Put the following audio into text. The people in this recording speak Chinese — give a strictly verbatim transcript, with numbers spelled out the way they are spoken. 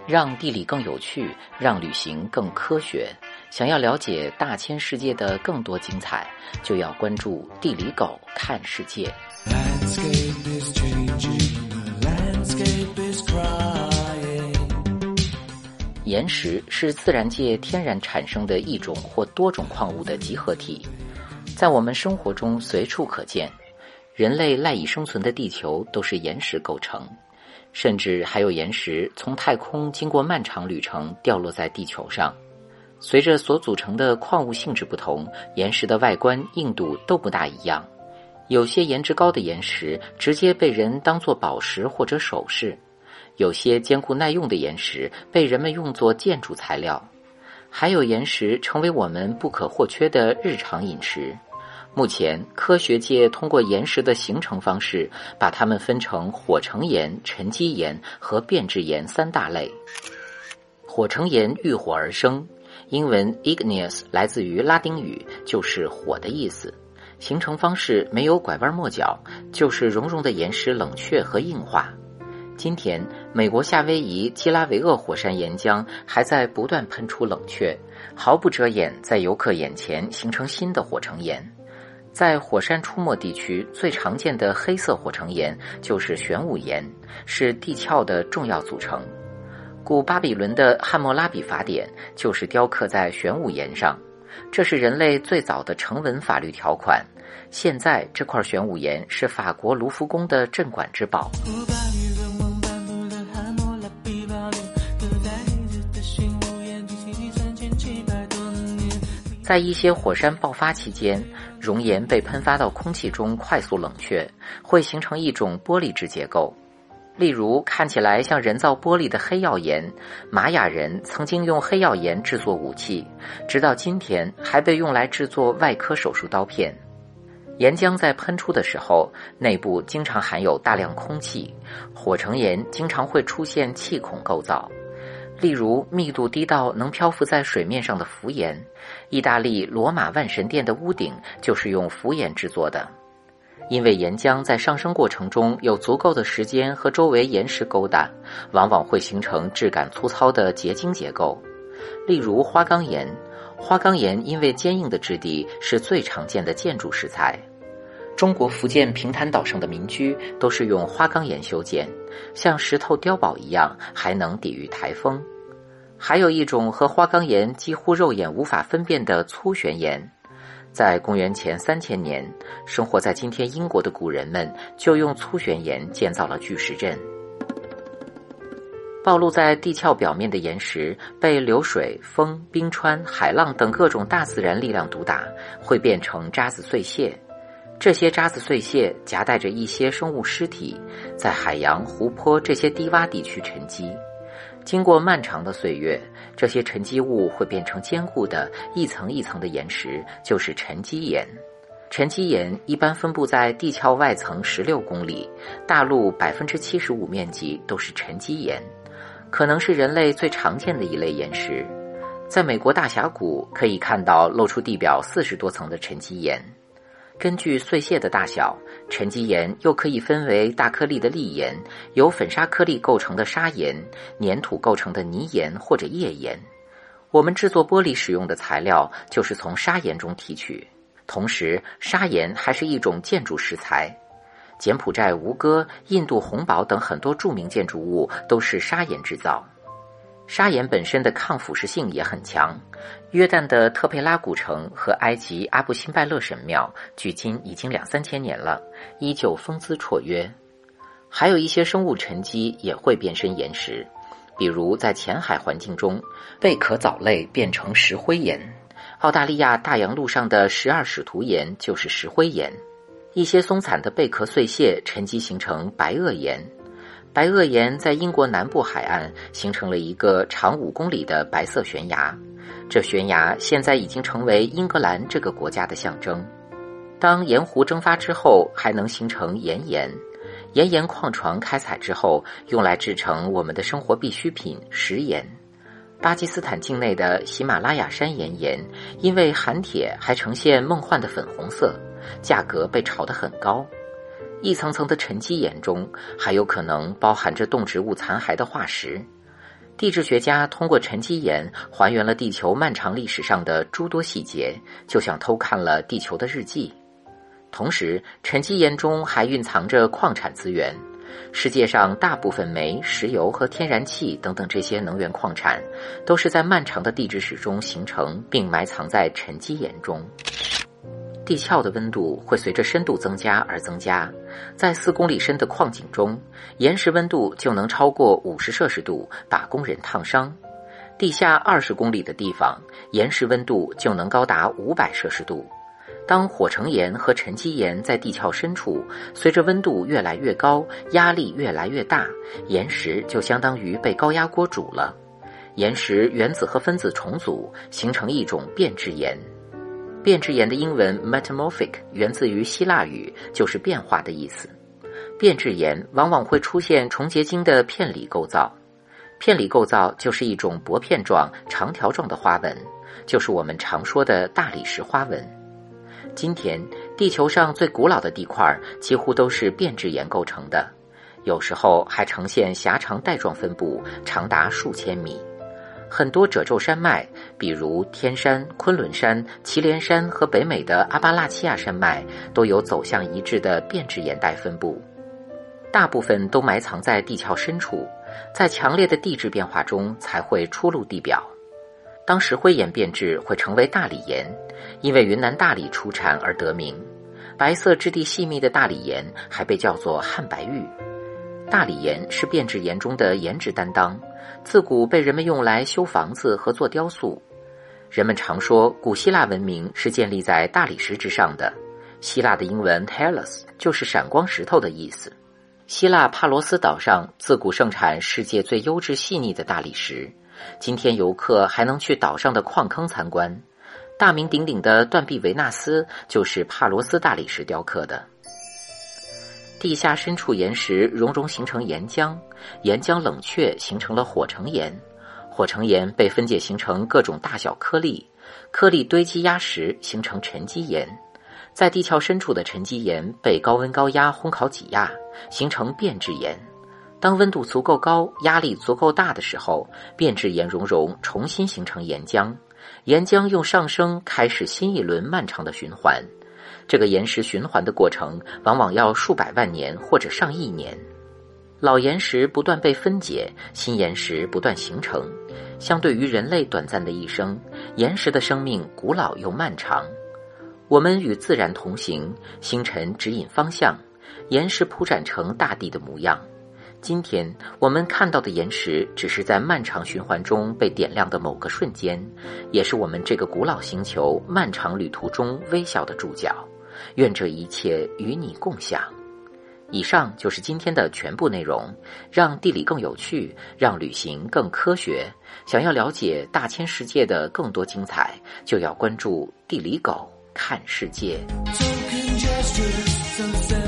让地理更有趣，让旅行更科学。想要了解大千世界的更多精彩，就要关注地理狗看世界。Landscape is changing, the landscape is crying. 岩石是自然界天然产生的一种或多种矿物的集合体，在我们生活中随处可见。人类赖以生存的地球都是岩石构成，甚至还有岩石从太空经过漫长旅程掉落在地球上。随着所组成的矿物性质不同，岩石的外观硬度都不大一样。有些颜值高的岩石直接被人当作宝石或者首饰，有些坚固耐用的岩石被人们用作建筑材料，还有岩石成为我们不可或缺的日常饮食。目前科学界通过岩石的形成方式，把它们分成火成岩、沉积岩和变质岩三大类。火成岩遇火而生，英文 igneous 来自于拉丁语，就是火的意思。形成方式没有拐弯抹角，就是熔融的岩石冷却和硬化。今天美国夏威夷基拉维厄火山岩浆还在不断喷出冷却，毫不遮掩在游客眼前形成新的火成岩。在火山出没地区最常见的黑色火成岩就是玄武岩，是地壳的重要组成。古巴比伦的汉谟拉比法典就是雕刻在玄武岩上，这是人类最早的成文法律条款。现在这块玄武岩是法国卢浮宫的镇馆之宝。在一些火山爆发期间，熔岩被喷发到空气中快速冷却，会形成一种玻璃质结构。例如看起来像人造玻璃的黑曜岩，玛雅人曾经用黑曜岩制作武器，直到今天还被用来制作外科手术刀片。岩浆在喷出的时候，内部经常含有大量空气，火成岩经常会出现气孔构造。例如密度低到能漂浮在水面上的浮岩，意大利罗马万神殿的屋顶就是用浮岩制作的。因为岩浆在上升过程中有足够的时间和周围岩石勾搭，往往会形成质感粗糙的结晶结构。例如花岗岩，花岗岩因为坚硬的质地是最常见的建筑石材。中国福建平潭岛上的民居都是用花岗岩修建，像石头碉堡一样，还能抵御台风。还有一种和花岗岩几乎肉眼无法分辨的粗旋岩，在公元前三千年，生活在今天英国的古人们就用粗旋岩建造了巨石阵。暴露在地壳表面的岩石被流水、风、冰川、海浪等各种大自然力量毒打，会变成渣子碎屑。这些渣子碎屑夹带着一些生物尸体，在海洋、湖泊这些低洼地区沉积。经过漫长的岁月，这些沉积物会变成坚固的一层一层的岩石，就是沉积岩。沉积岩一般分布在地壳外层十六公里，大陆 百分之七十五 面积都是沉积岩，可能是人类最常见的一类岩石。在美国大峡谷可以看到露出地表四十多层的沉积岩。根据碎屑的大小，沉积岩又可以分为大颗粒的砾岩，由粉砂颗粒构成的砂岩，粘土构成的泥岩或者页岩。我们制作玻璃使用的材料就是从砂岩中提取，同时砂岩还是一种建筑石材。柬埔寨吴哥、印度红堡等很多著名建筑物都是砂岩制造。砂岩本身的抗腐蚀性也很强，约旦的特佩拉古城和埃及阿布辛拜勒神庙距今已经两三千年了，依旧风姿绰约。还有一些生物沉积也会变身岩石，比如在浅海环境中，贝壳藻类变成石灰岩，澳大利亚大洋路上的十二使徒岩就是石灰岩。一些松散的贝壳碎屑沉积形成白垩岩，白垩岩在英国南部海岸形成了一个长五公里的白色悬崖，这悬崖现在已经成为英格兰这个国家的象征。当盐湖蒸发之后，还能形成岩盐，岩盐矿床开采之后，用来制成我们的生活必需品食盐。巴基斯坦境内的喜马拉雅山岩盐，因为含铁还呈现梦幻的粉红色，价格被炒得很高。一层层的沉积岩中还有可能包含着动植物残骸的化石。 地质学家通过沉积岩还原了地球漫长历史上的诸多细节，就像偷看了地球的日记。同时，沉积岩中还蕴藏着矿产资源。世界上大部分煤、石油和天然气等等这些能源矿产，都是在漫长的地质史中形成并埋藏在沉积岩中。地壳的温度会随着深度增加而增加，在四公里深的矿井中，岩石温度就能超过五十摄氏度，把工人烫伤。地下二十公里的地方，岩石温度就能高达五百摄氏度。当火成岩和沉积岩在地壳深处，随着温度越来越高，压力越来越大，岩石就相当于被高压锅煮了。岩石原子和分子重组，形成一种变质岩。变质岩的英文 metamorphic 源自于希腊语，就是变化的意思。变质岩往往会出现重结晶的片里构造。片里构造就是一种薄片状、长条状的花纹，就是我们常说的大理石花纹。今天，地球上最古老的地块几乎都是变质岩构成的，有时候还呈现狭长带状分布，长达数千米。很多褶皱山脉，比如天山、昆仑山、祁连山和北美的阿巴拉契亚山脉，都有走向一致的变质岩带分布。大部分都埋藏在地壳深处，在强烈的地质变化中才会出露地表。当石灰岩变质会成为大理岩，因为云南大理出产而得名。白色质地细密的大理岩还被叫做汉白玉。大理岩是变质岩中的颜值担当，自古被人们用来修房子和做雕塑。人们常说古希腊文明是建立在大理石之上的，希腊的英文 Hellas 就是闪光石头的意思。希腊帕罗斯岛上自古盛产世界最优质细腻的大理石，今天游客还能去岛上的矿坑参观。大名鼎鼎的断臂维纳斯就是帕罗斯大理石雕刻的。地下深处岩石熔融形成岩浆，岩浆冷却形成了火成岩，火成岩被分解形成各种大小颗粒，颗粒堆积压实形成沉积岩。在地壳深处的沉积岩被高温高压烘烤挤压，形成变质岩。当温度足够高，压力足够大的时候，变质岩熔融重新形成岩浆，岩浆用上升开始新一轮漫长的循环。这个岩石循环的过程往往要数百万年或者上亿年。老岩石不断被分解，新岩石不断形成。相对于人类短暂的一生，岩石的生命古老又漫长。我们与自然同行，星辰指引方向，岩石铺展成大地的模样。今天我们看到的岩石只是在漫长循环中被点亮的某个瞬间，也是我们这个古老星球漫长旅途中微小的注脚。愿这一切与你共享。以上就是今天的全部内容，让地理更有趣，让旅行更科学。想要了解大千世界的更多精彩，就要关注地理狗看世界。